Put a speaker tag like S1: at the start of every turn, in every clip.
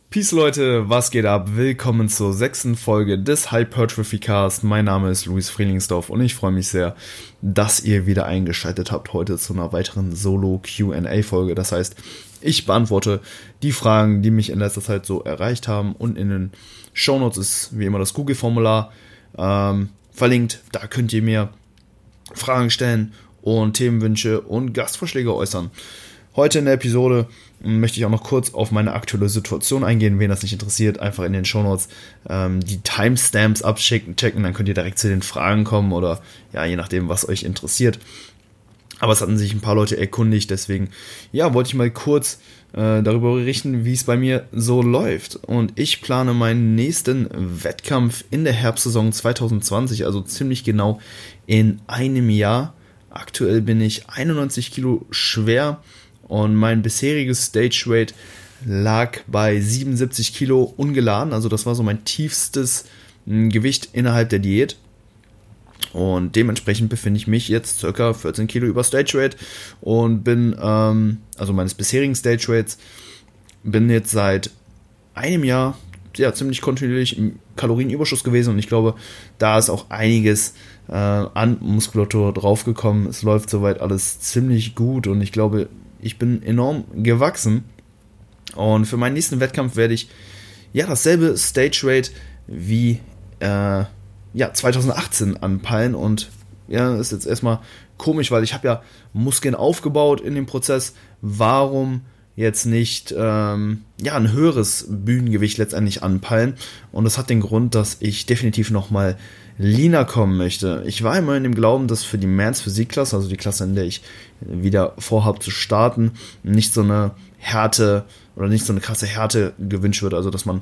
S1: Peace Leute, was geht ab? Willkommen zur 6. Folge des Hypertrophy Cast. Mein Name ist Luis Frielingsdorf und ich freue mich sehr, dass ihr wieder eingeschaltet habt heute zu einer weiteren Solo Q&A Folge. Das heißt, ich beantworte die Fragen, die mich in letzter Zeit so erreicht haben, und in den Shownotes ist wie immer das Google-Formular verlinkt. Da könnt ihr mir Fragen stellen und Themenwünsche und Gastvorschläge äußern. Heute in der Episode möchte ich auch noch kurz auf meine aktuelle Situation eingehen. Wen das nicht interessiert, einfach in den Shownotes die Timestamps abchecken, dann könnt ihr direkt zu den Fragen kommen oder ja, je nachdem, was euch interessiert. Aber es hatten sich ein paar Leute erkundigt, deswegen ja, wollte ich mal kurz darüber berichten, wie es bei mir so läuft. Und ich plane meinen nächsten Wettkampf in der Herbstsaison 2020, also ziemlich genau in einem Jahr. Aktuell bin ich 91 Kilo schwer. Und mein bisheriges Stageweight lag bei 77 Kilo ungeladen. Also das war so mein tiefstes Gewicht innerhalb der Diät. Und dementsprechend befinde ich mich jetzt ca. 14 Kilo über Stageweight und bin, also meines bisherigen Stageweights, bin jetzt seit einem Jahr ja, ziemlich kontinuierlich im Kalorienüberschuss gewesen. Und ich glaube, da ist auch einiges an Muskulatur draufgekommen. Es läuft soweit alles ziemlich gut und ich glaube, ich bin enorm gewachsen, und für meinen nächsten Wettkampf werde ich ja dasselbe Stageweight wie 2018 anpeilen. Und ja, ist jetzt erstmal komisch, weil ich habe ja Muskeln aufgebaut in dem Prozess. Warum jetzt nicht ein höheres Bühnengewicht letztendlich anpeilen? Und das hat den Grund, dass ich definitiv nochmal leaner kommen möchte. Ich war immer in dem Glauben, dass für die Men's Physik-Klasse, also die Klasse, in der ich wieder vorhabe zu starten, nicht so eine Härte oder nicht so eine krasse Härte gewünscht wird. Also dass man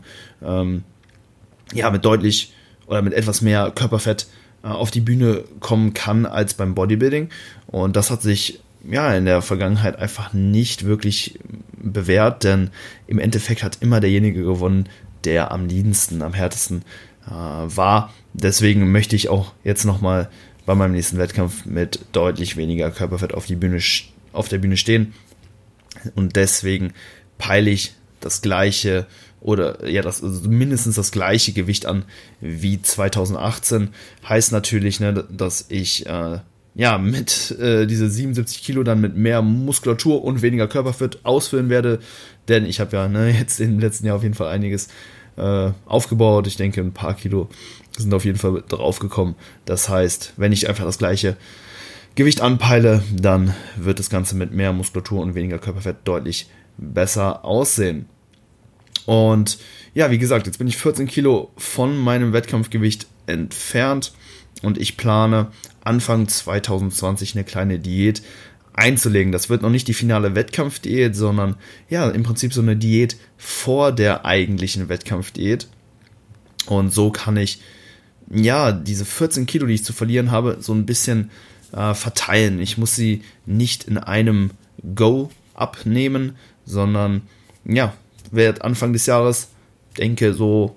S1: mit deutlich oder mit etwas mehr Körperfett auf die Bühne kommen kann als beim Bodybuilding. Und das hat sich in der Vergangenheit einfach nicht wirklich bewährt, denn im Endeffekt hat immer derjenige gewonnen, der am leansten, am härtesten war. Deswegen möchte ich auch jetzt nochmal bei meinem nächsten Wettkampf mit deutlich weniger Körperfett auf der Bühne stehen. Und deswegen peile ich das gleiche oder mindestens das gleiche Gewicht an wie 2018. Heißt natürlich, dass ich mit diese 77 Kilo dann mit mehr Muskulatur und weniger Körperfett ausfüllen werde. Denn ich habe jetzt im letzten Jahr auf jeden Fall einiges aufgebaut. Ich denke, ein paar Kilo sind auf jeden Fall draufgekommen. Das heißt, wenn ich einfach das gleiche Gewicht anpeile, dann wird das Ganze mit mehr Muskulatur und weniger Körperfett deutlich besser aussehen. Und ja, wie gesagt, jetzt bin ich 14 Kilo von meinem Wettkampfgewicht entfernt und ich plane Anfang 2020 eine kleine Diät einzulegen. Das wird noch nicht die finale Wettkampfdiät, sondern ja, im Prinzip so eine Diät vor der eigentlichen Wettkampfdiät. Und so kann ich diese 14 Kilo, die ich zu verlieren habe, so ein bisschen verteilen. Ich muss sie nicht in einem Go abnehmen, sondern werde Anfang des Jahres, denke so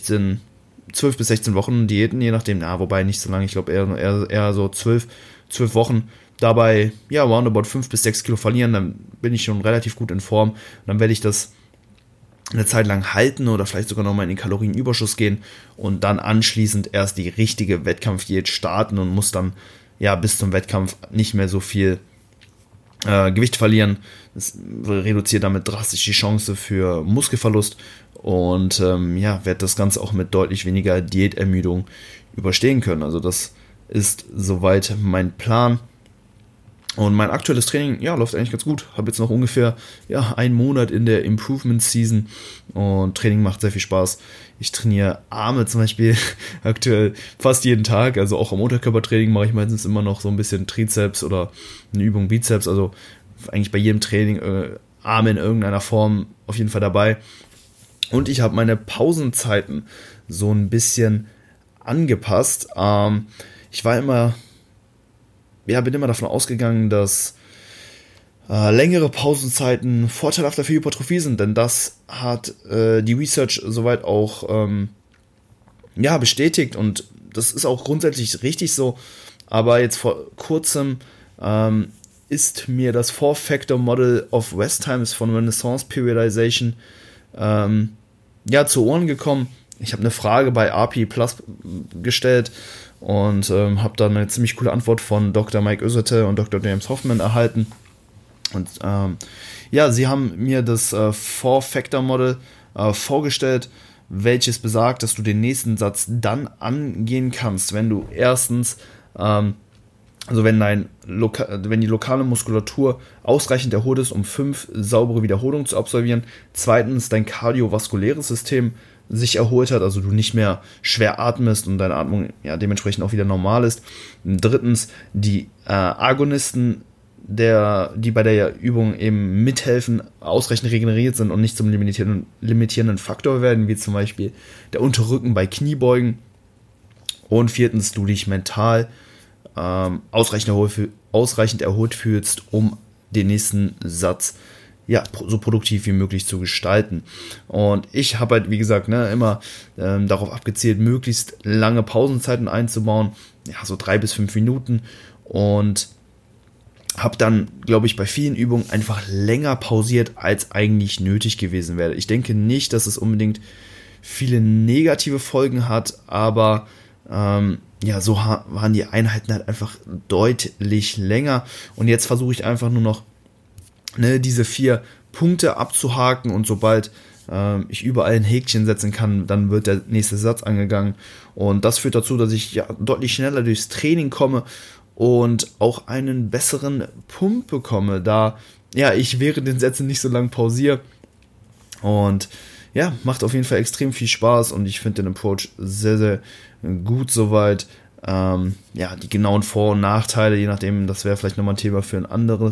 S1: 12 bis 16 Wochen Diäten, je nachdem, wobei nicht so lange, ich glaube eher so 12 Wochen, dabei roundabout 5 bis 6 Kilo verlieren, dann bin ich schon relativ gut in Form. Und dann werde ich das eine Zeit lang halten oder vielleicht sogar nochmal in den Kalorienüberschuss gehen und dann anschließend erst die richtige Wettkampfdiät starten und muss dann bis zum Wettkampf nicht mehr so viel Gewicht verlieren. Das reduziert damit drastisch die Chance für Muskelverlust und werde das Ganze auch mit deutlich weniger Diätermüdung überstehen können. Also das ist soweit mein Plan. Und mein aktuelles Training, läuft eigentlich ganz gut. Habe jetzt noch ungefähr einen Monat in der Improvement Season und Training macht sehr viel Spaß. Ich trainiere Arme zum Beispiel aktuell fast jeden Tag. Also auch am Unterkörpertraining mache ich meistens immer noch so ein bisschen Trizeps oder eine Übung Bizeps. Also eigentlich bei jedem Training Arme in irgendeiner Form auf jeden Fall dabei. Und ich habe meine Pausenzeiten so ein bisschen angepasst. Ich bin immer davon ausgegangen, dass längere Pausenzeiten vorteilhafter für Hypertrophie sind, denn das hat die Research soweit auch bestätigt und das ist auch grundsätzlich richtig so. Aber jetzt vor kurzem ist mir das Four-Factor Model of Rest Times von Renaissance Periodization zu Ohren gekommen. Ich habe eine Frage bei RP Plus gestellt und habe dann eine ziemlich coole Antwort von Dr. Mike Ösete und Dr. James Hoffman erhalten. Und sie haben mir das Four-Factor-Model vorgestellt, welches besagt, dass du den nächsten Satz dann angehen kannst, wenn du erstens, wenn die lokale Muskulatur ausreichend erholt ist, um 5 saubere Wiederholungen zu absolvieren. Zweitens, dein kardiovaskuläres System sich erholt hat, also du nicht mehr schwer atmest und deine Atmung dementsprechend auch wieder normal ist. Drittens, die Agonisten, die bei der Übung eben mithelfen, ausreichend regeneriert sind und nicht zum limitierenden Faktor werden, wie zum Beispiel der Unterrücken bei Kniebeugen. Und viertens, du dich mental ausreichend erholt fühlst, um den nächsten Satz so produktiv wie möglich zu gestalten. Und ich habe halt, wie gesagt, immer darauf abgezielt, möglichst lange Pausenzeiten einzubauen, so 3 bis 5 Minuten, und habe dann, glaube ich, bei vielen Übungen einfach länger pausiert, als eigentlich nötig gewesen wäre. Ich denke nicht, dass es unbedingt viele negative Folgen hat, aber so waren die Einheiten halt einfach deutlich länger. Und jetzt versuche ich einfach nur noch diese 4 Punkte abzuhaken, und sobald ich überall ein Häkchen setzen kann, dann wird der nächste Satz angegangen. Und das führt dazu, dass ich deutlich schneller durchs Training komme und auch einen besseren Pump bekomme, da ich während den Sätzen nicht so lange pausiere. Und macht auf jeden Fall extrem viel Spaß, und ich finde den Approach sehr, sehr gut soweit. Die genauen Vor- und Nachteile, je nachdem, das wäre vielleicht nochmal ein Thema für eine andere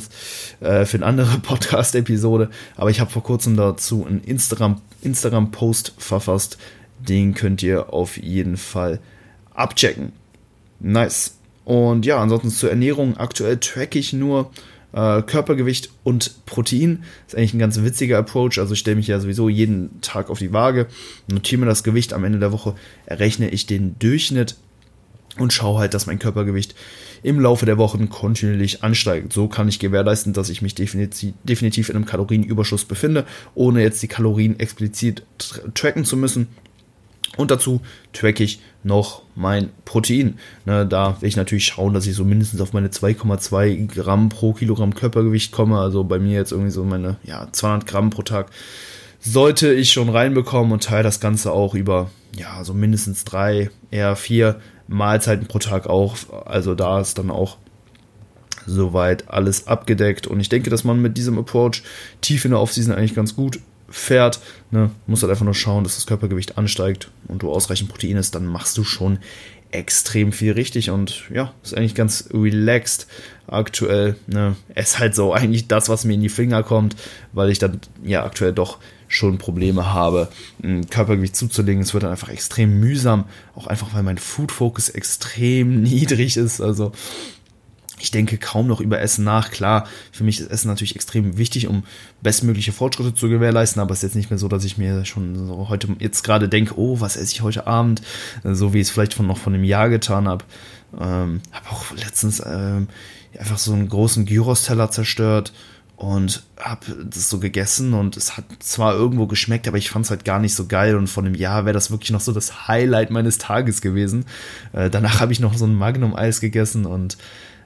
S1: Podcast-Episode. Aber ich habe vor kurzem dazu einen Instagram-Post verfasst, den könnt ihr auf jeden Fall abchecken. Nice. Und ansonsten zur Ernährung. Aktuell tracke ich nur Körpergewicht und Protein. Das ist eigentlich ein ganz witziger Approach. Also ich stelle mich ja sowieso jeden Tag auf die Waage, notiere mir das Gewicht, am Ende der Woche errechne ich den Durchschnitt und schaue halt, dass mein Körpergewicht im Laufe der Wochen kontinuierlich ansteigt. So kann ich gewährleisten, dass ich mich definitiv in einem Kalorienüberschuss befinde, ohne jetzt die Kalorien explizit tracken zu müssen. Und dazu tracke ich noch mein Protein. Da will ich natürlich schauen, dass ich so mindestens auf meine 2,2 Gramm pro Kilogramm Körpergewicht komme. Also bei mir jetzt irgendwie so meine 200 Gramm pro Tag sollte ich schon reinbekommen, und teile das Ganze auch über so mindestens 3, eher 4 Mahlzeiten pro Tag auf. Also da ist dann auch soweit alles abgedeckt. Und ich denke, dass man mit diesem Approach tief in der Offseason eigentlich ganz gut fährt. Muss halt einfach nur schauen, dass das Körpergewicht ansteigt und du ausreichend Protein isst, dann machst du schon extrem viel richtig, und ist eigentlich ganz relaxed aktuell. Es ist halt so eigentlich das, was mir in die Finger kommt, weil ich dann aktuell doch schon Probleme habe, ein Körpergewicht zuzulegen. Es wird dann einfach extrem mühsam, auch einfach, weil mein Food Focus extrem niedrig ist. Also ich denke kaum noch über Essen nach. Klar, für mich ist Essen natürlich extrem wichtig, um bestmögliche Fortschritte zu gewährleisten, aber es ist jetzt nicht mehr so, dass ich mir schon so heute jetzt gerade denke, oh, was esse ich heute Abend, so wie ich es vielleicht noch von einem Jahr getan habe. Habe auch letztens einfach so einen großen Gyros-Teller zerstört und habe das so gegessen, und es hat zwar irgendwo geschmeckt, aber ich fand es halt gar nicht so geil, und vor einem Jahr wäre das wirklich noch so das Highlight meines Tages gewesen. Danach habe ich noch so ein Magnum-Eis gegessen, und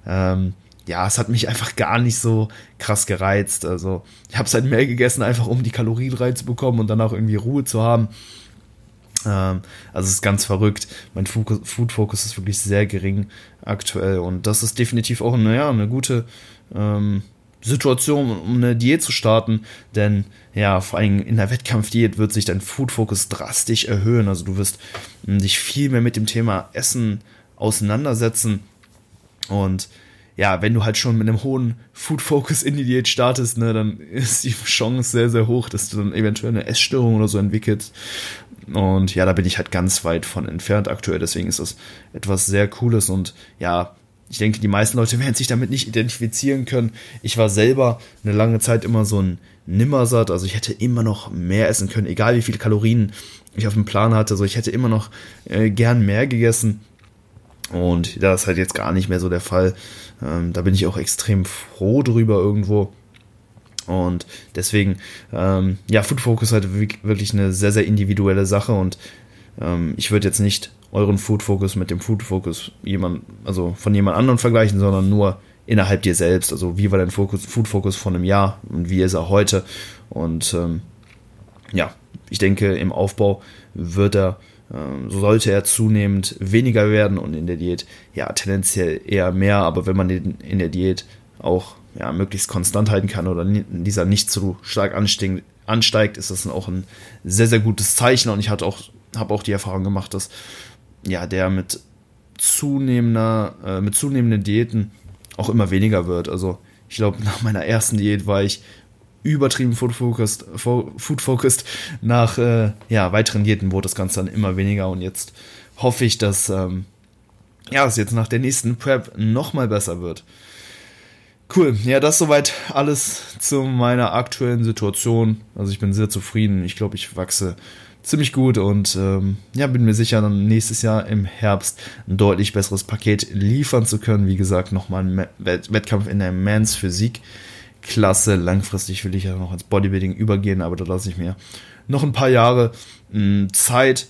S1: es hat mich einfach gar nicht so krass gereizt. Also ich habe es halt mehr gegessen, einfach um die Kalorien reinzubekommen und danach irgendwie Ruhe zu haben. Also es ist ganz verrückt. Mein Food Focus ist wirklich sehr gering aktuell, und das ist definitiv auch eine gute Situation, um eine Diät zu starten, denn vor allem in der Wettkampfdiät wird sich dein Food Focus drastisch erhöhen. Also du wirst dich viel mehr mit dem Thema Essen auseinandersetzen. Und wenn du halt schon mit einem hohen Food-Focus in die Diät startest, dann ist die Chance sehr, sehr hoch, dass du dann eventuell eine Essstörung oder so entwickelst. Und da bin ich halt ganz weit von entfernt aktuell. Deswegen ist das etwas sehr Cooles. Und ich denke, die meisten Leute werden sich damit nicht identifizieren können. Ich war selber eine lange Zeit immer so ein Nimmersatt. Also ich hätte immer noch mehr essen können, egal wie viele Kalorien ich auf dem Plan hatte. Also ich hätte immer noch gern mehr gegessen. Und das ist halt jetzt gar nicht mehr so der Fall. Da bin ich auch extrem froh drüber irgendwo. Und deswegen, Food Focus ist halt wirklich eine sehr, sehr individuelle Sache und ich würde jetzt nicht euren Food Focus mit dem Food Focus von jemand anderem vergleichen, sondern nur innerhalb dir selbst. Also wie war dein Food Focus von einem Jahr und wie ist er heute? Und ich denke, im Aufbau sollte er zunehmend weniger werden und in der Diät tendenziell eher mehr, aber wenn man in der Diät auch möglichst konstant halten kann oder dieser nicht zu stark ansteigt, ist das dann auch ein sehr, sehr gutes Zeichen und ich habe auch die Erfahrung gemacht, dass der mit zunehmenden Diäten auch immer weniger wird. Also ich glaube, nach meiner ersten Diät war ich übertrieben food-focused. Nach weiteren Diäten wurde das Ganze dann immer weniger und jetzt hoffe ich, dass es jetzt nach der nächsten Prep nochmal besser wird. Cool, ja, das soweit alles zu meiner aktuellen Situation. Also ich bin sehr zufrieden. Ich glaube, ich wachse ziemlich gut und bin mir sicher, dann nächstes Jahr im Herbst ein deutlich besseres Paket liefern zu können. Wie gesagt, nochmal ein Wettkampf in der Men's Physik-Klasse. Langfristig will ich ja noch ins Bodybuilding übergehen, aber da lasse ich mir noch ein paar Jahre Zeit.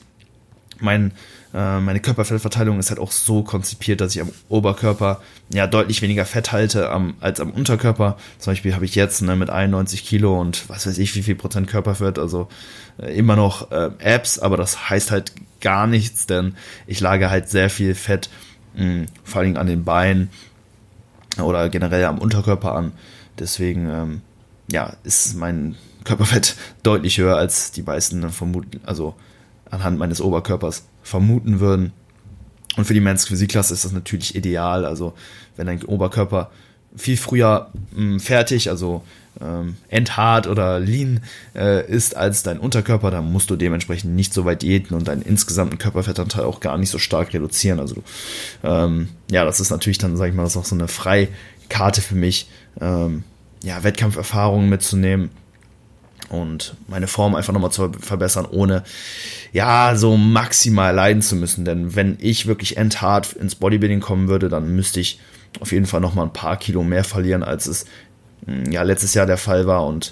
S1: Meine Körperfettverteilung ist halt auch so konzipiert, dass ich am Oberkörper deutlich weniger Fett halte als am Unterkörper. Zum Beispiel habe ich jetzt mit 91 Kilo und was weiß ich wie viel Prozent Körperfett, also immer noch Abs, aber das heißt halt gar nichts, denn ich lagere halt sehr viel Fett, vor allem an den Beinen oder generell am Unterkörper an. Deswegen ist mein Körperfett deutlich höher, als die meisten vermuten, also anhand meines Oberkörpers vermuten würden. Und für die Men's Physik-Klasse ist das natürlich ideal. Also wenn dein Oberkörper viel früher fertig, also endhart oder lean ist als dein Unterkörper, dann musst du dementsprechend nicht so weit diäten und deinen insgesamten Körperfettanteil auch gar nicht so stark reduzieren. Also das ist natürlich dann, sage ich mal, das ist auch so eine Freikarte für mich, Wettkampferfahrungen mitzunehmen und meine Form einfach nochmal zu verbessern, ohne so maximal leiden zu müssen. Denn wenn ich wirklich endhart ins Bodybuilding kommen würde, dann müsste ich auf jeden Fall nochmal ein paar Kilo mehr verlieren, als es letztes Jahr der Fall war. Und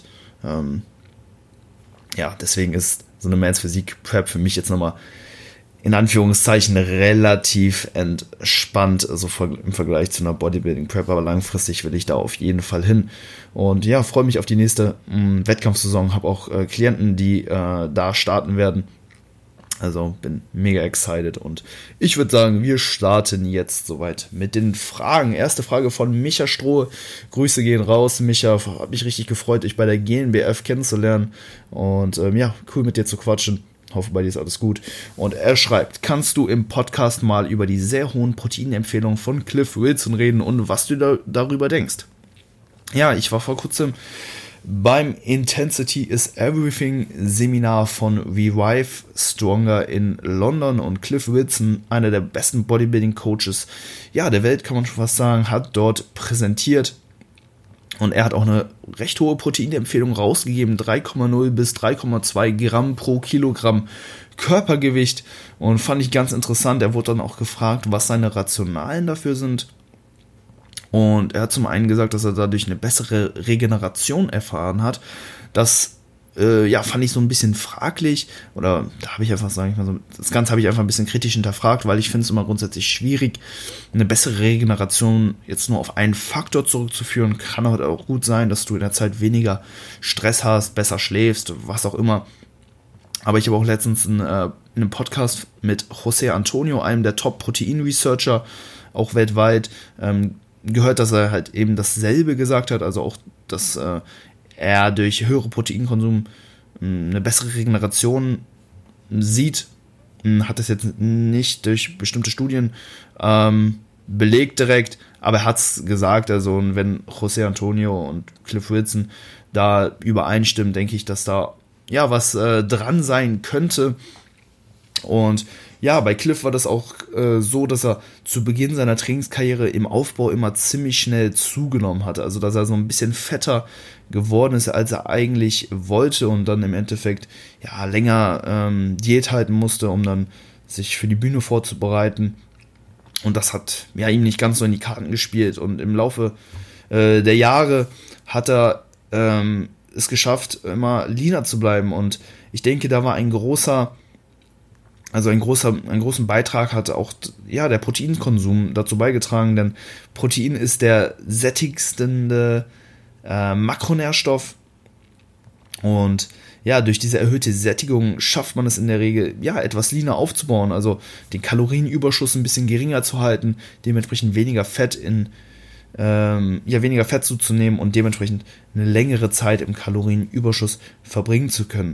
S1: deswegen ist so eine Men's Physik Prep für mich jetzt nochmal in Anführungszeichen relativ entspannt, also im Vergleich zu einer Bodybuilding Prep, aber langfristig will ich da auf jeden Fall hin und freue mich auf die nächste Wettkampfsaison, habe auch Klienten, die da starten werden, also bin mega excited und ich würde sagen, wir starten jetzt soweit mit den Fragen. Erste Frage von Micha Stroh, Grüße gehen raus, Micha, hat mich richtig gefreut, dich bei der GNBF kennenzulernen und cool mit dir zu quatschen. Hoffe, bei dir ist alles gut. Und er schreibt, kannst du im Podcast mal über die sehr hohen Proteinempfehlungen von Cliff Wilson reden und was du darüber denkst? Ja, ich war vor kurzem beim Intensity is Everything Seminar von Revive Stronger in London und Cliff Wilson, einer der besten Bodybuilding Coaches der Welt, kann man schon fast sagen, hat dort präsentiert. Und er hat auch eine recht hohe Proteinempfehlung rausgegeben, 3,0 bis 3,2 Gramm pro Kilogramm Körpergewicht. Und fand ich ganz interessant. Er wurde dann auch gefragt, was seine Rationalen dafür sind. Und er hat zum einen gesagt, dass er dadurch eine bessere Regeneration erfahren hat. Das fand ich so ein bisschen fraglich. Oder da habe ich einfach, sage ich mal so, das Ganze habe ich einfach ein bisschen kritisch hinterfragt, weil ich finde es immer grundsätzlich schwierig, eine bessere Regeneration jetzt nur auf einen Faktor zurückzuführen. Kann halt auch gut sein, dass du in der Zeit weniger Stress hast, besser schläfst, was auch immer. Aber ich habe auch letztens in einem Podcast mit José Antonio, einem der Top-Protein-Researcher, auch weltweit, gehört, dass er halt eben dasselbe gesagt hat, also auch, dass er durch höhere Proteinkonsum eine bessere Regeneration sieht, hat das jetzt nicht durch bestimmte Studien belegt direkt, aber er hat es gesagt, also wenn José Antonio und Cliff Wilson da übereinstimmen, denke ich, dass da was dran sein könnte. Und bei Cliff war das auch so, dass er zu Beginn seiner Trainingskarriere im Aufbau immer ziemlich schnell zugenommen hatte. Also dass er so ein bisschen fetter geworden ist, als er eigentlich wollte und dann im Endeffekt länger Diät halten musste, um dann sich für die Bühne vorzubereiten. Und das hat ihm nicht ganz so in die Karten gespielt. Und im Laufe der Jahre hat er es geschafft, immer leaner zu bleiben. Und ich denke, da war einen großen Beitrag hat auch der Proteinkonsum dazu beigetragen, denn Protein ist der sättigste Makronährstoff und ja, durch diese erhöhte Sättigung schafft man es in der Regel, etwas leaner aufzubauen, also den Kalorienüberschuss ein bisschen geringer zu halten, dementsprechend weniger Fett zuzunehmen und dementsprechend eine längere Zeit im Kalorienüberschuss verbringen zu können.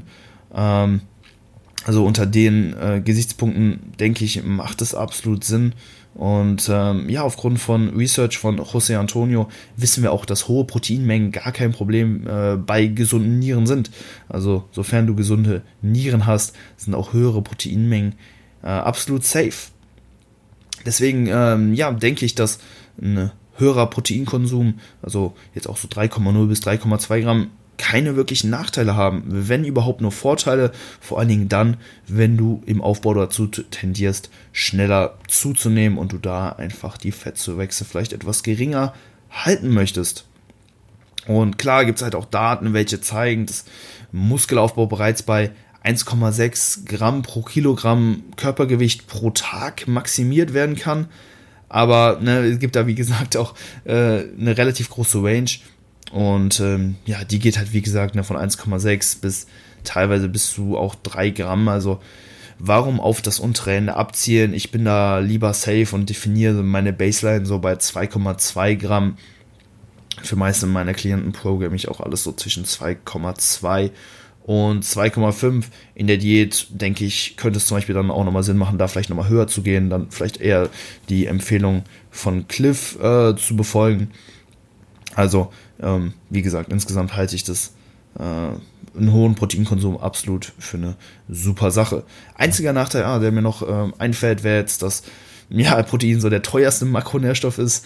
S1: Also unter den Gesichtspunkten, denke ich, macht es absolut Sinn. Und aufgrund von Research von José Antonio wissen wir auch, dass hohe Proteinmengen gar kein Problem bei gesunden Nieren sind. Also sofern du gesunde Nieren hast, sind auch höhere Proteinmengen absolut safe. Deswegen denke ich, dass ein höherer Proteinkonsum, also jetzt auch so 3,0 bis 3,2 Gramm, keine wirklichen Nachteile haben, wenn überhaupt nur Vorteile, vor allen Dingen dann, wenn du im Aufbau dazu tendierst, schneller zuzunehmen und du da einfach die Fettzuwächse vielleicht etwas geringer halten möchtest. Und klar gibt es halt auch Daten, welche zeigen, dass Muskelaufbau bereits bei 1,6 Gramm pro Kilogramm Körpergewicht pro Tag maximiert werden kann, aber es gibt da wie gesagt auch eine relativ große Range. Und die geht halt wie gesagt von 1,6 bis teilweise bis zu auch 3 Gramm. Also warum auf das untere Ende abzielen? Ich bin da lieber safe und definiere meine Baseline so bei 2,2 Gramm. Für meiste meiner Klienten programme ich auch alles so zwischen 2,2 und 2,5. In der Diät, denke ich, könnte es zum Beispiel dann auch nochmal Sinn machen, da vielleicht nochmal höher zu gehen, dann vielleicht eher die Empfehlung von Cliff zu befolgen. Also, wie gesagt, insgesamt halte ich das einen hohen Proteinkonsum absolut für eine super Sache. Einziger Nachteil, der mir noch einfällt, wäre jetzt, dass Protein so der teuerste Makronährstoff ist.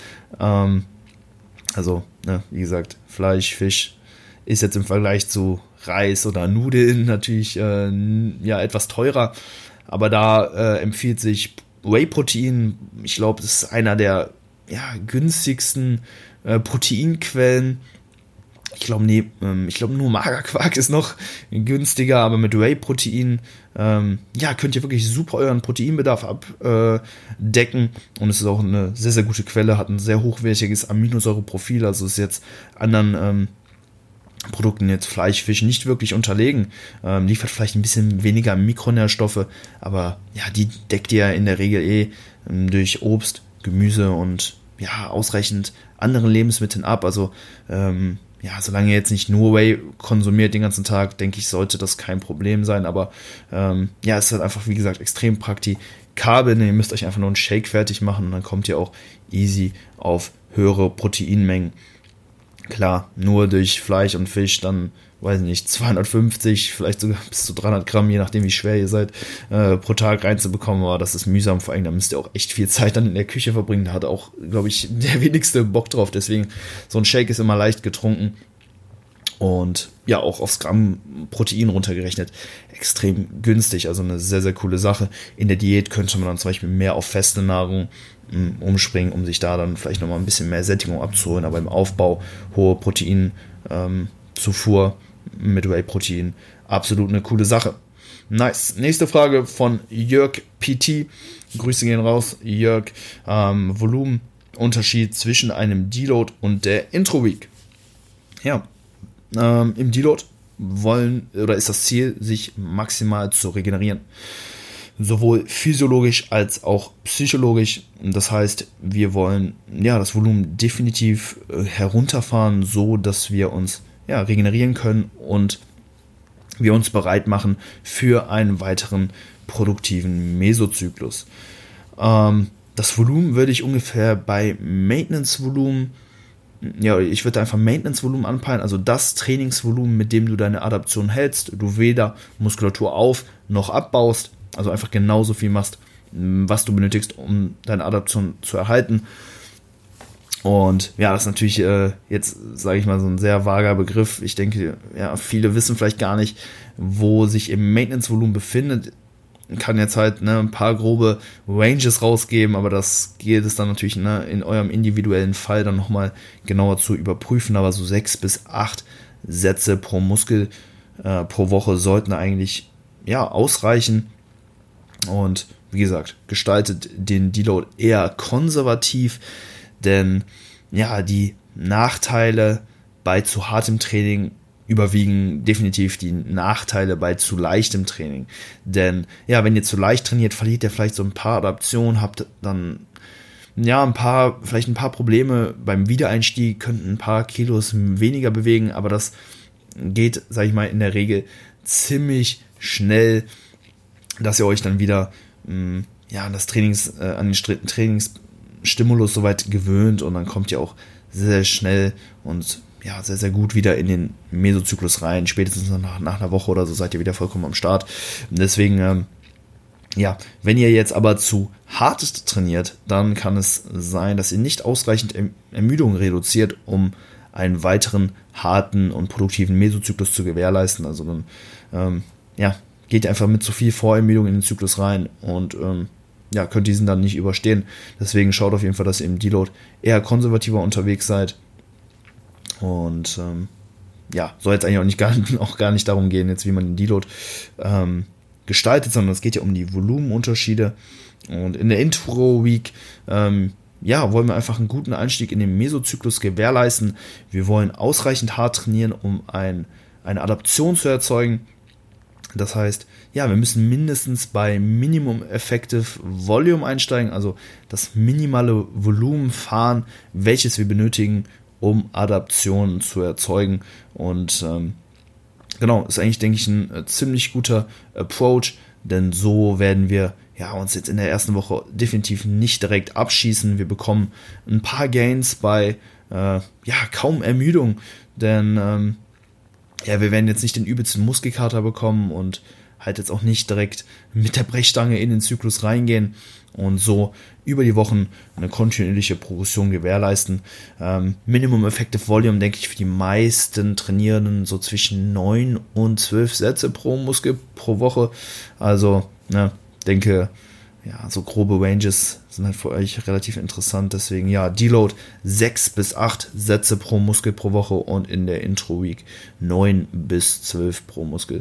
S1: Wie gesagt, Fleisch, Fisch ist jetzt im Vergleich zu Reis oder Nudeln natürlich etwas teurer. Aber da empfiehlt sich Whey-Protein. Ich glaube, das ist einer der günstigsten Proteinquellen. Ich glaube nur Magerquark ist noch günstiger, aber mit Whey-Protein könnt ihr wirklich super euren Proteinbedarf abdecken und es ist auch eine sehr, sehr gute Quelle, hat ein sehr hochwertiges Aminosäureprofil, also ist jetzt anderen Produkten, jetzt Fleisch, Fisch, nicht wirklich unterlegen, liefert vielleicht ein bisschen weniger Mikronährstoffe, aber die deckt ihr in der Regel durch Obst, Gemüse und ausreichend anderen Lebensmitteln ab, also solange ihr jetzt nicht nur Whey konsumiert den ganzen Tag, denke ich, sollte das kein Problem sein, aber es ist halt einfach, wie gesagt, extrem praktikabel, ihr müsst euch einfach nur einen Shake fertig machen und dann kommt ihr auch easy auf höhere Proteinmengen. Klar, nur durch Fleisch und Fisch dann, weiß ich nicht, 250, vielleicht sogar bis zu 300 Gramm, je nachdem wie schwer ihr seid, pro Tag reinzubekommen, aber das ist mühsam, vor allem, da müsst ihr auch echt viel Zeit dann in der Küche verbringen, da hat auch, glaube ich, der wenigste Bock drauf, deswegen, so ein Shake ist immer leicht getrunken und auch aufs Gramm Protein runtergerechnet, extrem günstig, also eine sehr, sehr coole Sache. In der Diät könnte man dann zum Beispiel mehr auf feste Nahrung umspringen, um sich da dann vielleicht nochmal ein bisschen mehr Sättigung abzuholen, aber im Aufbau hohe Proteinzufuhr mit Whey-Protein absolut eine coole Sache. Nice. Nächste Frage von Jörg PT. Grüße gehen raus, Jörg. Volumenunterschied zwischen einem Deload und der Intro-Week. Im Deload ist das Ziel, sich maximal zu regenerieren. Sowohl physiologisch als auch psychologisch. Das heißt, wir wollen das Volumen definitiv herunterfahren, so dass wir uns regenerieren können und wir uns bereit machen für einen weiteren produktiven Mesozyklus. Das Volumen würde ich ungefähr bei Maintenance-Volumen, ich würde einfach Maintenance-Volumen anpeilen, also das Trainingsvolumen, mit dem du deine Adaption hältst, du weder Muskulatur auf noch abbaust, also einfach genauso viel machst, was du benötigst, um deine Adaption zu erhalten. Und das ist natürlich jetzt, sage ich mal, so ein sehr vager Begriff. Ich denke, viele wissen vielleicht gar nicht, wo sich im Maintenance-Volumen befindet. Ich kann jetzt halt ein paar grobe Ranges rausgeben, aber das gilt es dann natürlich in eurem individuellen Fall dann nochmal genauer zu überprüfen. Aber so 6 bis 8 Sätze pro Muskel pro Woche sollten eigentlich ausreichen. Und wie gesagt, gestaltet den Deload eher konservativ, denn die Nachteile bei zu hartem Training überwiegen definitiv die Nachteile bei zu leichtem Training. Denn wenn ihr zu leicht trainiert, verliert ihr vielleicht so ein paar Adaptionen, habt dann vielleicht ein paar Probleme beim Wiedereinstieg, könnt ein paar Kilos weniger bewegen, aber das geht, sage ich mal, in der Regel ziemlich schnell, dass ihr euch dann wieder an den Trainingsstimulus soweit gewöhnt und dann kommt ihr auch sehr schnell und sehr, sehr gut wieder in den Mesozyklus rein. Spätestens nach einer Woche oder so seid ihr wieder vollkommen am Start. Und deswegen, wenn ihr jetzt aber zu hart trainiert, dann kann es sein, dass ihr nicht ausreichend Ermüdung reduziert, um einen weiteren harten und produktiven Mesozyklus zu gewährleisten. Also dann, geht ihr einfach mit zu viel Vorermüdung in den Zyklus rein und könnt diesen dann nicht überstehen. Deswegen schaut auf jeden Fall, dass ihr im Deload eher konservativer unterwegs seid. Und soll jetzt eigentlich auch gar nicht darum gehen, jetzt wie man den Deload gestaltet, sondern es geht ja um die Volumenunterschiede. Und in der Intro-Week wollen wir einfach einen guten Einstieg in den Mesozyklus gewährleisten. Wir wollen ausreichend hart trainieren, um eine Adaption zu erzeugen. Das heißt, wir müssen mindestens bei Minimum Effective Volume einsteigen, also das minimale Volumen fahren, welches wir benötigen, um Adaptionen zu erzeugen. Und ist eigentlich, denke ich, ein ziemlich guter Approach, denn so werden wir uns jetzt in der ersten Woche definitiv nicht direkt abschießen. Wir bekommen ein paar Gains bei kaum Ermüdung, denn wir werden jetzt nicht den übelsten Muskelkater bekommen und halt jetzt auch nicht direkt mit der Brechstange in den Zyklus reingehen und so über die Wochen eine kontinuierliche Progression gewährleisten. Minimum Effective Volume, denke ich, für die meisten Trainierenden so zwischen 9 und 12 Sätze pro Muskel pro Woche. Also, denke, so grobe Ranges sind halt für euch relativ interessant. Deswegen, Deload 6 bis 8 Sätze pro Muskel pro Woche und in der Intro-Week 9 bis 12 pro Muskel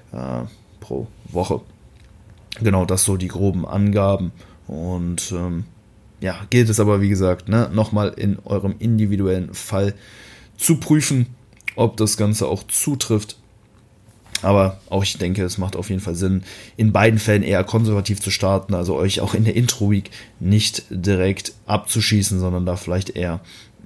S1: pro Woche. Genau, das so die groben Angaben. Und gilt es aber, wie gesagt, nochmal in eurem individuellen Fall zu prüfen, ob das Ganze auch zutrifft. Aber auch ich denke, es macht auf jeden Fall Sinn, in beiden Fällen eher konservativ zu starten, also euch auch in der Intro-Week nicht direkt abzuschießen, sondern da vielleicht eher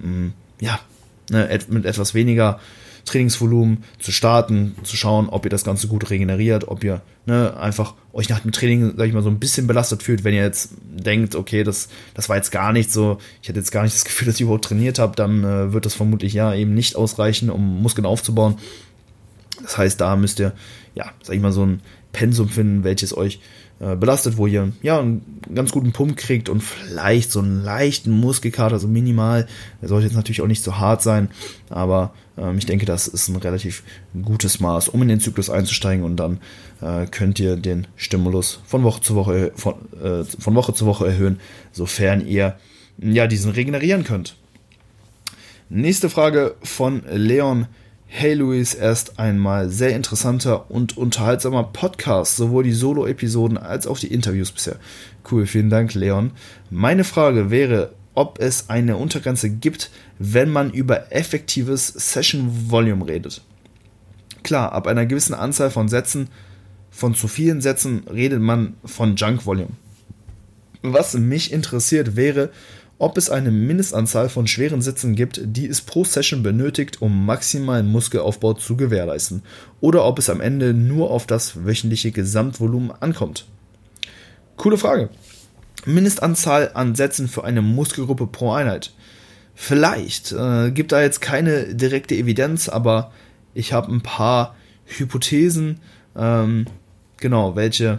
S1: mit etwas weniger Trainingsvolumen zu starten, zu schauen, ob ihr das Ganze gut regeneriert, ob ihr einfach euch nach dem Training, sag ich mal, so ein bisschen belastet fühlt. Wenn ihr jetzt denkt, okay, das war jetzt gar nicht so, ich hatte jetzt gar nicht das Gefühl, dass ich überhaupt trainiert habe, dann wird das vermutlich eben nicht ausreichen, um Muskeln aufzubauen. Das heißt, da müsst ihr, sag ich mal, so ein Pensum finden, welches euch belastet, wo ihr einen ganz guten Pump kriegt und vielleicht so einen leichten Muskelkater, so minimal. Der sollte jetzt natürlich auch nicht so hart sein, aber ich denke, das ist ein relativ gutes Maß, um in den Zyklus einzusteigen und dann könnt ihr den Stimulus von Woche zu Woche erhöhen, sofern ihr diesen regenerieren könnt. Nächste Frage von Leon. Hey Luis, erst einmal sehr interessanter und unterhaltsamer Podcast, sowohl die Solo-Episoden als auch die Interviews bisher. Cool, vielen Dank, Leon. Meine Frage wäre, ob es eine Untergrenze gibt, wenn man über effektives Session-Volume redet. Klar, ab einer gewissen Anzahl von Sätzen, von zu vielen Sätzen, redet man von Junk-Volume. Was mich interessiert wäre, ob es eine Mindestanzahl von schweren Sätzen gibt, die es pro Session benötigt, um maximalen Muskelaufbau zu gewährleisten, oder ob es am Ende nur auf das wöchentliche Gesamtvolumen ankommt. Coole Frage. Mindestanzahl an Sätzen für eine Muskelgruppe pro Einheit. Vielleicht gibt da jetzt keine direkte Evidenz, aber ich habe ein paar Hypothesen, welche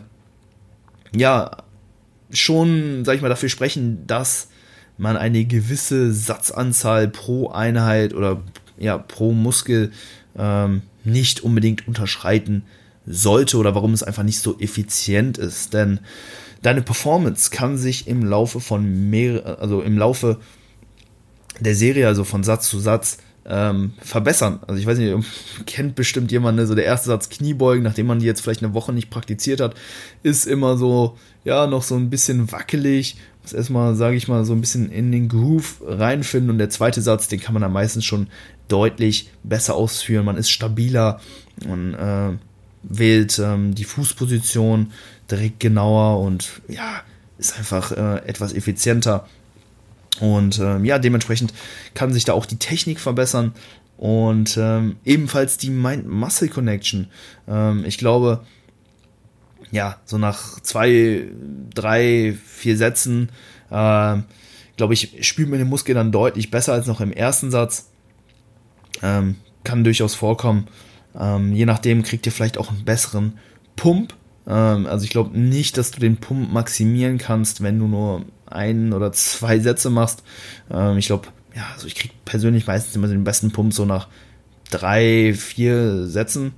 S1: schon, sag ich mal, dafür sprechen, dass man eine gewisse Satzanzahl pro Einheit oder pro Muskel nicht unbedingt unterschreiten sollte oder warum es einfach nicht so effizient ist. Denn deine Performance kann sich im Laufe der Serie, also von Satz zu Satz, verbessern. Also ich weiß nicht, kennt bestimmt jemand, ne? So der erste Satz Kniebeugen, nachdem man die jetzt vielleicht eine Woche nicht praktiziert hat, ist immer so, ja, noch so ein bisschen wackelig, muss erstmal, sage ich mal, so ein bisschen in den Groove reinfinden, und der zweite Satz, den kann man dann meistens schon deutlich besser ausführen, man ist stabiler, man wählt die Fußposition direkt genauer und ja, ist einfach etwas effizienter. Und ja, dementsprechend kann sich da auch die Technik verbessern und ebenfalls die Mind-Muscle-Connection. Ich glaube, ja, so nach 2, 3, 4 Sätzen, glaube ich, spürt man den Muskel dann deutlich besser als noch im ersten Satz. Kann durchaus vorkommen. Je nachdem kriegt ihr vielleicht auch einen besseren Pump. Also ich glaube nicht, dass du den Pump maximieren kannst, wenn du nur 1 oder 2 Sätze machst. Ich glaube, ja, also ich kriege persönlich meistens immer den besten Pump so nach 3, 4 Sätzen.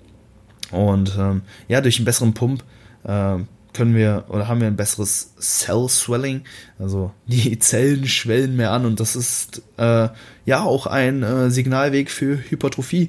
S1: Und ja, durch einen besseren Pump können wir oder haben wir ein besseres Cell Swelling, also die Zellen schwellen mehr an, und das ist ja auch ein Signalweg für Hypertrophie,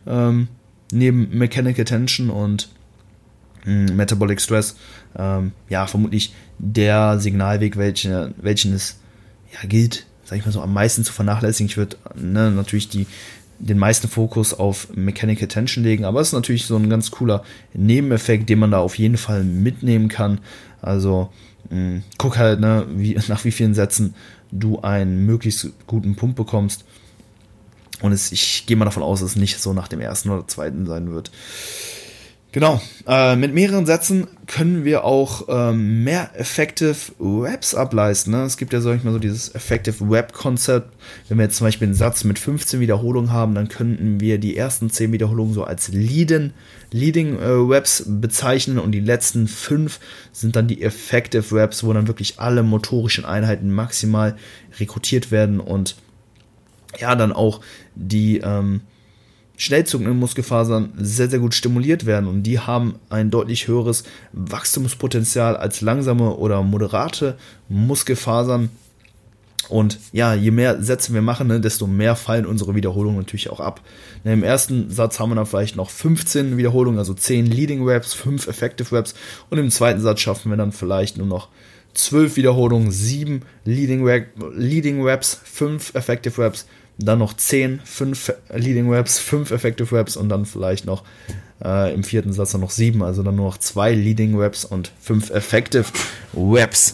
S1: neben Mechanical Tension und Metabolic Stress, ja, vermutlich der Signalweg, welchen es ja gilt, sag ich mal so, am meisten zu vernachlässigen. Ich würde natürlich den meisten Fokus auf Mechanical Tension legen, aber es ist natürlich so ein ganz cooler Nebeneffekt, den man da auf jeden Fall mitnehmen kann. Also guck halt, nach wie vielen Sätzen du einen möglichst guten Pump bekommst, und ich gehe mal davon aus, dass es nicht so nach dem ersten oder zweiten sein wird. Genau, mit mehreren Sätzen können wir auch mehr Effective Reps ableisten. Ne? Es gibt ja, sag ich mal, so dieses Effective Rep Konzept. Wenn wir jetzt zum Beispiel einen Satz mit 15 Wiederholungen haben, dann könnten wir die ersten 10 Wiederholungen so als Leading Reps bezeichnen, und die letzten 5 sind dann die Effective Reps, wo dann wirklich alle motorischen Einheiten maximal rekrutiert werden und ja, dann auch die schnell zuckenden Muskelfasern sehr, sehr gut stimuliert werden, und die haben ein deutlich höheres Wachstumspotenzial als langsame oder moderate Muskelfasern. Und ja, je mehr Sätze wir machen, desto mehr fallen unsere Wiederholungen natürlich auch ab. Im ersten Satz haben wir dann vielleicht noch 15 Wiederholungen, also 10 Leading Reps, 5 Effective Reps, und im zweiten Satz schaffen wir dann vielleicht nur noch 12 Wiederholungen, 7 Leading Reps, 5 Effective Reps, dann noch 10, 5 Leading Reps, 5 Effective Reps, und dann vielleicht noch im vierten Satz dann noch 7, also dann nur noch 2 Leading Reps und 5 Effective Reps.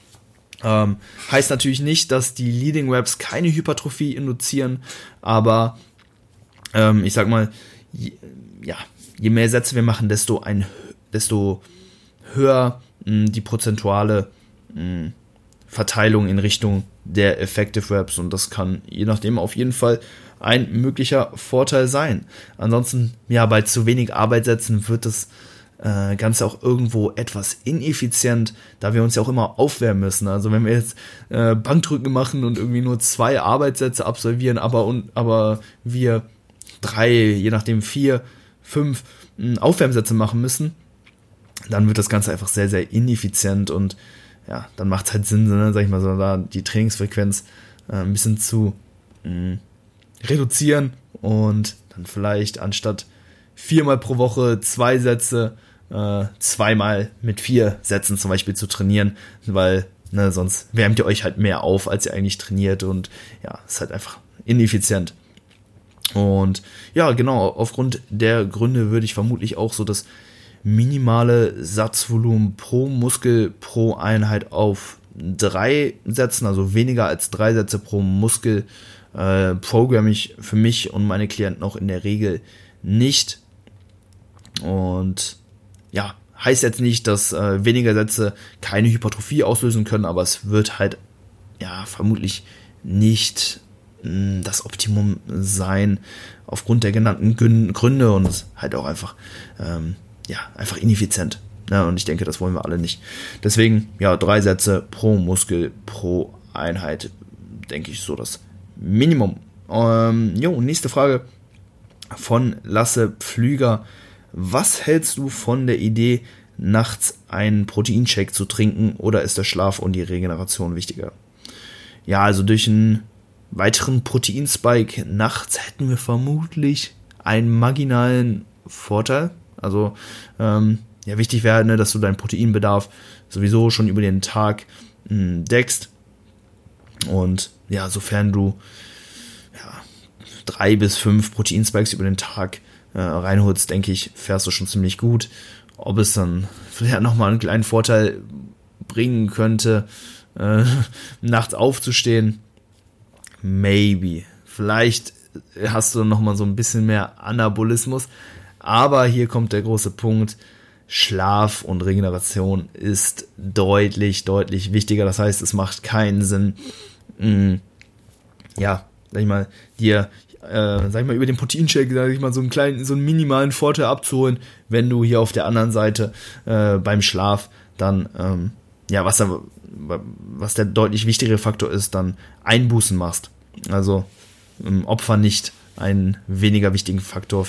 S1: Heißt natürlich nicht, dass die Leading Reps keine Hypertrophie induzieren, aber ich sag mal, je mehr Sätze wir machen, desto höher die prozentuale Verteilung in Richtung der Effective Reps, und das kann je nachdem auf jeden Fall ein möglicher Vorteil sein. Ansonsten, ja, bei zu wenig Arbeitssätzen wird das Ganze auch irgendwo etwas ineffizient, da wir uns ja auch immer aufwärmen müssen. Also wenn wir jetzt Bankdrücken machen und irgendwie nur 2 Arbeitssätze absolvieren, aber wir 3, je nachdem 4, 5 Aufwärmsätze machen müssen, dann wird das Ganze einfach sehr, sehr ineffizient, und ja, dann macht es halt Sinn, sag ich mal so, da die Trainingsfrequenz ein bisschen zu reduzieren und dann vielleicht anstatt 4-mal pro Woche 2 Sätze 2-mal mit 4 Sätzen zum Beispiel zu trainieren, weil sonst wärmt ihr euch halt mehr auf, als ihr eigentlich trainiert, und ja, ist halt einfach ineffizient. Und ja, genau, aufgrund der Gründe würde ich vermutlich auch so das minimale Satzvolumen pro Muskel pro Einheit auf 3 setzen, also weniger als 3 Sätze pro Muskel programme ich für mich und meine Klienten auch in der Regel nicht. Und ja, heißt jetzt nicht, dass weniger Sätze keine Hypertrophie auslösen können, aber es wird halt ja vermutlich nicht das Optimum sein aufgrund der genannten Gründe, und es halt auch einfach einfach ineffizient. Ja, und ich denke, das wollen wir alle nicht. Deswegen, ja, 3 Sätze pro Muskel, pro Einheit, denke ich, so das Minimum. Nächste Frage von Lasse Pflüger. Was hältst du von der Idee, nachts einen Proteinshake zu trinken, oder ist der Schlaf und die Regeneration wichtiger? Ja, also durch einen weiteren Proteinspike nachts hätten wir vermutlich einen marginalen Vorteil. Also wichtig wäre, ne, dass du deinen Proteinbedarf sowieso schon über den Tag deckst. Und ja, sofern du 3 bis 5 Proteinspikes über den Tag reinholst, denke ich, fährst du schon ziemlich gut. Ob es dann vielleicht nochmal einen kleinen Vorteil bringen könnte, nachts aufzustehen, maybe. Vielleicht hast du nochmal so ein bisschen mehr Anabolismus, aber hier kommt der große Punkt: Schlaf und Regeneration ist deutlich, deutlich wichtiger. Das heißt, es macht keinen Sinn, dir über den Proteinshake, so einen minimalen Vorteil abzuholen, wenn du hier auf der anderen Seite beim Schlaf dann, was der deutlich wichtigere Faktor ist, dann Einbußen machst. Also opfer nicht einen weniger wichtigen Faktor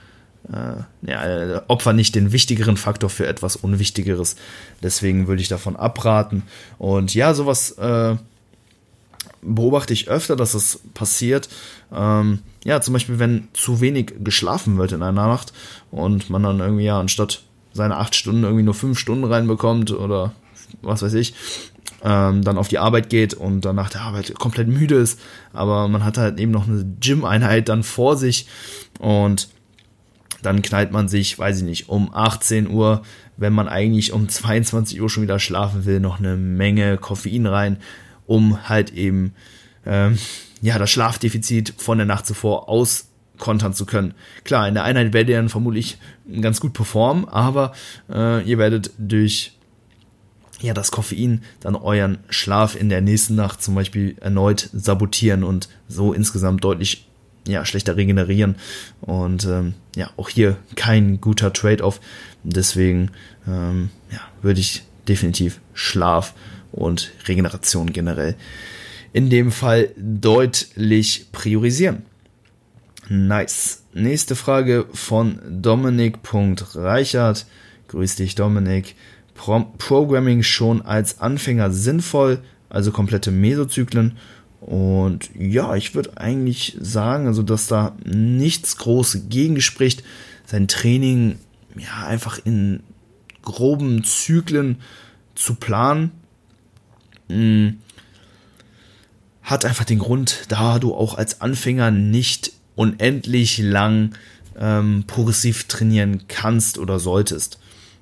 S1: opfer nicht den wichtigeren Faktor für etwas Unwichtigeres. Deswegen würde ich davon abraten. Und ja, sowas beobachte ich öfter, dass es passiert. Zum Beispiel, wenn zu wenig geschlafen wird in einer Nacht und man dann irgendwie anstatt seine 8 Stunden irgendwie nur 5 Stunden reinbekommt oder was weiß ich, dann auf die Arbeit geht und dann nach der Arbeit komplett müde ist, aber man hat halt eben noch eine Gym-Einheit dann vor sich und dann knallt man sich, weiß ich nicht, um 18 Uhr, wenn man eigentlich um 22 Uhr schon wieder schlafen will, noch eine Menge Koffein rein, um halt eben das Schlafdefizit von der Nacht zuvor auskontern zu können. Klar, in der Einheit werdet ihr dann vermutlich ganz gut performen, aber ihr werdet durch das Koffein dann euren Schlaf in der nächsten Nacht zum Beispiel erneut sabotieren und so insgesamt deutlich schlechter regenerieren und auch hier kein guter Trade-off. Deswegen würde ich definitiv Schlaf und Regeneration generell in dem Fall deutlich priorisieren. Nice. Nächste Frage von Dominik.Reichert. Grüß dich, Dominik. Programming schon als Anfänger sinnvoll, also komplette Mesozyklen? Und ja, ich würde eigentlich sagen, also dass da nichts groß gegen spricht, sein Training einfach in groben Zyklen zu planen. Hat einfach den Grund, da du auch als Anfänger nicht unendlich lang progressiv trainieren kannst oder solltest.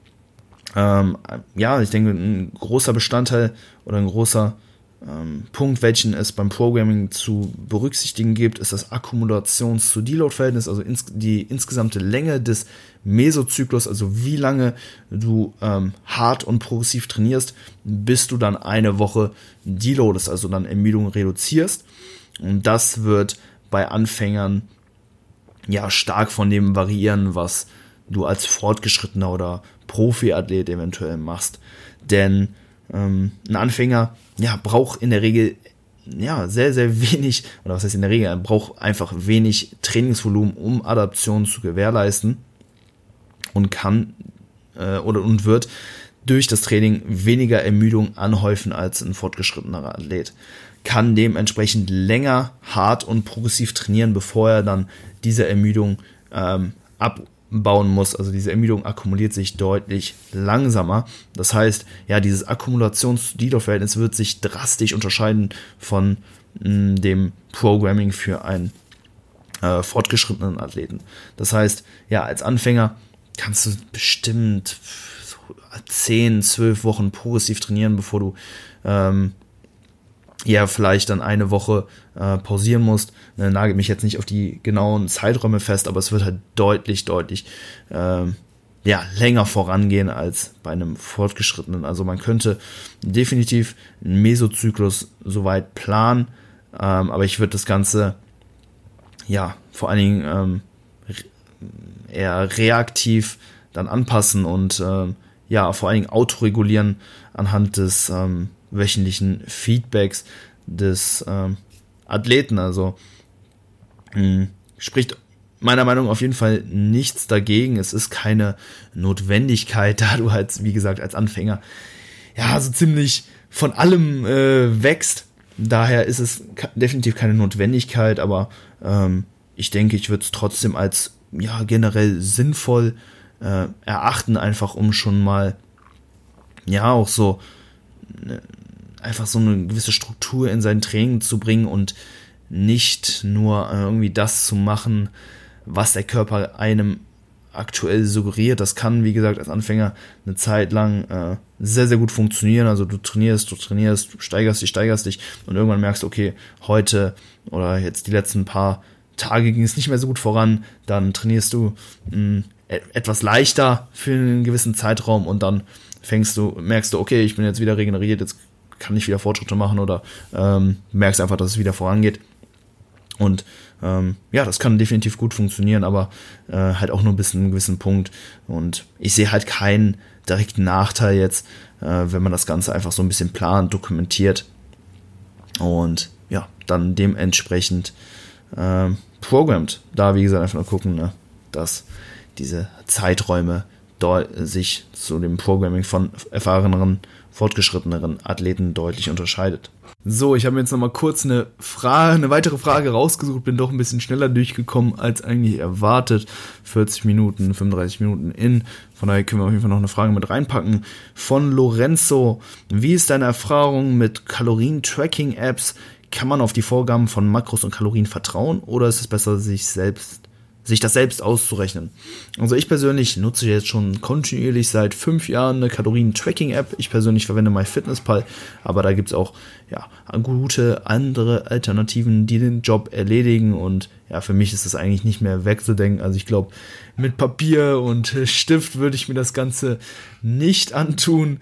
S1: Ich denke, ein großer Bestandteil oder ein großer Punkt, welchen es beim Programming zu berücksichtigen gibt, ist das Akkumulations-zu-Deload-Verhältnis, also die insgesamte Länge des Mesozyklus, also wie lange du hart und progressiv trainierst, bis du dann eine Woche deloadest, also dann Ermüdung reduzierst. Und das wird bei Anfängern stark von dem variieren, was du als Fortgeschrittener oder Profi-Athlet eventuell machst. Denn ein Anfänger braucht in der Regel sehr, sehr wenig, oder was heißt in der Regel, er braucht einfach wenig Trainingsvolumen, um Adaption zu gewährleisten und kann und wird durch das Training weniger Ermüdung anhäufen als ein fortgeschrittener Athlet. Kann dementsprechend länger hart und progressiv trainieren, bevor er dann diese Ermüdung abbauen muss. Also diese Ermüdung akkumuliert sich deutlich langsamer. Das heißt, dieses Akkumulations-Deload-Verhältnis wird sich drastisch unterscheiden von dem Programming für einen fortgeschrittenen Athleten. Das heißt, als Anfänger kannst du bestimmt 10, 12 Wochen progressiv trainieren, bevor du vielleicht dann eine Woche pausieren musst. Nagel mich jetzt nicht auf die genauen Zeiträume fest, aber es wird halt deutlich länger vorangehen als bei einem Fortgeschrittenen. Also man könnte definitiv einen Mesozyklus soweit planen, aber ich würde das Ganze vor allen Dingen eher reaktiv dann anpassen und vor allen Dingen autoregulieren anhand des wöchentlichen Feedbacks des Athleten. Also spricht meiner Meinung nach auf jeden Fall nichts dagegen. Es ist keine Notwendigkeit, da du halt, wie gesagt, als Anfänger so ziemlich von allem wächst daher ist es definitiv keine Notwendigkeit, aber ich denke, ich würde es trotzdem als generell sinnvoll erachten, einfach um schon mal auch so einfach so eine gewisse Struktur in sein Training zu bringen und nicht nur irgendwie das zu machen, was der Körper einem aktuell suggeriert. Das kann, wie gesagt, als Anfänger eine Zeit lang sehr, sehr gut funktionieren. Also du trainierst, steigerst dich und irgendwann merkst du, okay, heute oder jetzt die letzten paar Tage ging es nicht mehr so gut voran, dann trainierst du etwas leichter für einen gewissen Zeitraum und dann merkst du, okay, ich bin jetzt wieder regeneriert, jetzt kann ich wieder Fortschritte machen oder merkst einfach, dass es wieder vorangeht. Und das kann definitiv gut funktionieren, aber halt auch nur bis zu einem gewissen Punkt. Und ich sehe halt keinen direkten Nachteil jetzt, wenn man das Ganze einfach so ein bisschen plant, dokumentiert und dann dementsprechend programmt. Da, wie gesagt, einfach nur gucken, dass diese Zeiträume sich zu dem Programming von erfahreneren, fortgeschritteneren Athleten deutlich unterscheidet. So, ich habe mir jetzt nochmal kurz eine weitere Frage rausgesucht, bin doch ein bisschen schneller durchgekommen als eigentlich erwartet. 40 Minuten, 35 Minuten in. Von daher können wir auf jeden Fall noch eine Frage mit reinpacken. Von Lorenzo: Wie ist deine Erfahrung mit Kalorien-Tracking-Apps? Kann man auf die Vorgaben von Makros und Kalorien vertrauen oder ist es besser, sich das selbst auszurechnen? Also ich persönlich nutze jetzt schon kontinuierlich seit 5 Jahren eine Kalorien-Tracking-App. Ich persönlich verwende MyFitnessPal, aber da gibt es auch gute andere Alternativen, die den Job erledigen und für mich ist das eigentlich nicht mehr wegzudenken. Also ich glaube, mit Papier und Stift würde ich mir das Ganze nicht antun.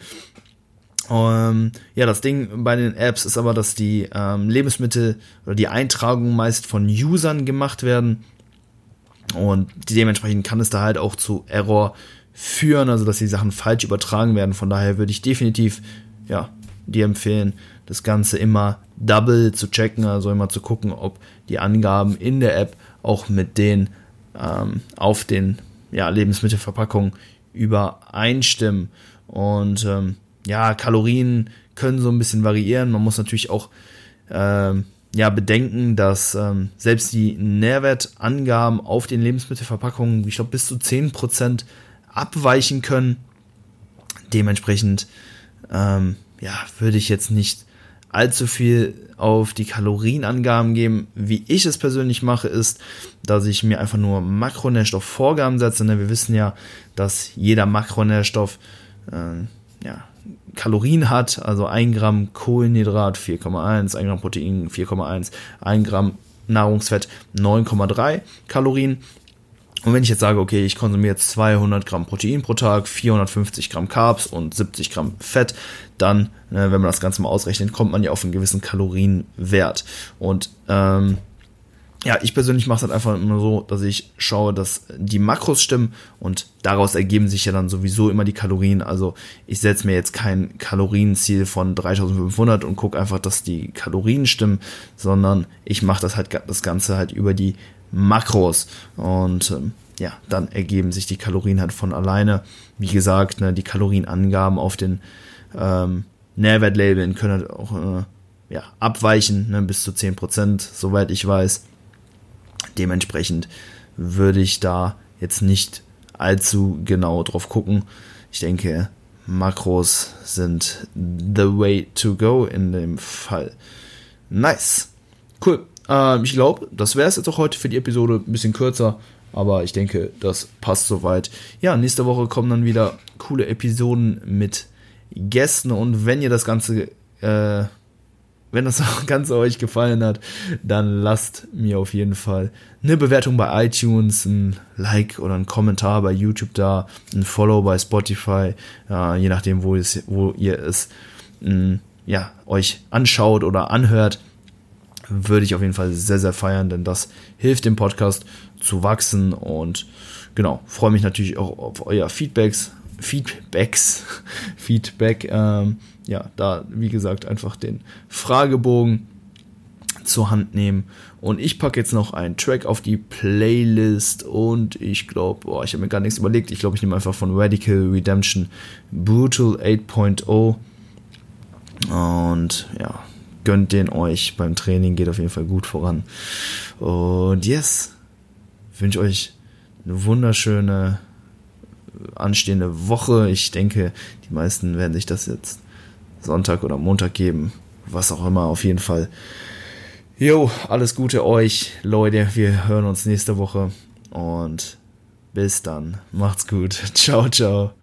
S1: Das Ding bei den Apps ist aber, dass die Lebensmittel oder die Eintragungen meist von Usern gemacht werden und dementsprechend kann es da halt auch zu Error führen, also dass die Sachen falsch übertragen werden. Von daher würde ich definitiv dir empfehlen, das Ganze immer double zu checken, also immer zu gucken, ob die Angaben in der App auch mit den auf den Lebensmittelverpackungen übereinstimmen. Und Kalorien können so ein bisschen variieren. Man muss natürlich auch bedenken, dass selbst die Nährwertangaben auf den Lebensmittelverpackungen, ich glaube, bis zu 10% abweichen können. Dementsprechend würde ich jetzt nicht allzu viel auf die Kalorienangaben geben. Wie ich es persönlich mache, ist, dass ich mir einfach nur Makronährstoffvorgaben setze. Wir wissen ja, dass jeder Makronährstoff Kalorien hat, also 1 Gramm Kohlenhydrat 4,1, 1 Gramm Protein 4,1, 1 Gramm Nahrungsfett 9,3 Kalorien. Und wenn ich jetzt sage, okay, ich konsumiere jetzt 200 Gramm Protein pro Tag, 450 Gramm Carbs und 70 Gramm Fett, dann, wenn man das Ganze mal ausrechnet, kommt man ja auf einen gewissen Kalorienwert. Und ich persönlich mache es halt einfach immer so, dass ich schaue, dass die Makros stimmen und daraus ergeben sich ja dann sowieso immer die Kalorien. Also ich setze mir jetzt kein Kalorienziel von 3500 und gucke einfach, dass die Kalorien stimmen, sondern ich mache das Ganze halt über die Makros und dann ergeben sich die Kalorien halt von alleine. Wie gesagt, die Kalorienangaben auf den Nährwertlabeln können halt auch abweichen, bis zu 10%, soweit ich weiß. Dementsprechend würde ich da jetzt nicht allzu genau drauf gucken. Ich denke, Makros sind the way to go in dem Fall. Nice. Cool. Ich glaube, das wäre es jetzt auch heute für die Episode. Ein bisschen kürzer, aber ich denke, das passt soweit. Ja, nächste Woche kommen dann wieder coole Episoden mit Gästen und wenn ihr das Ganze wenn das Ganze euch gefallen hat, dann lasst mir auf jeden Fall eine Bewertung bei iTunes, ein Like oder ein Kommentar bei YouTube da, ein Follow bei Spotify, je nachdem, wo ihr es euch anschaut oder anhört, würde ich auf jeden Fall sehr, sehr feiern, denn das hilft dem Podcast zu wachsen und genau, freue mich natürlich auch auf euer Feedback, da, wie gesagt, einfach den Fragebogen zur Hand nehmen. Und ich packe jetzt noch einen Track auf die Playlist und ich glaube, ich habe mir gar nichts überlegt. Ich glaube, ich nehme einfach von Radical Redemption Brutal 8.0 und gönnt den euch beim Training, geht auf jeden Fall gut voran. Und yes, wünsche euch eine wunderschöne anstehende Woche. Ich denke, die meisten werden sich das jetzt Sonntag oder Montag geben, was auch immer, auf jeden Fall. Jo, alles Gute euch, Leute, wir hören uns nächste Woche und bis dann, macht's gut, ciao, ciao.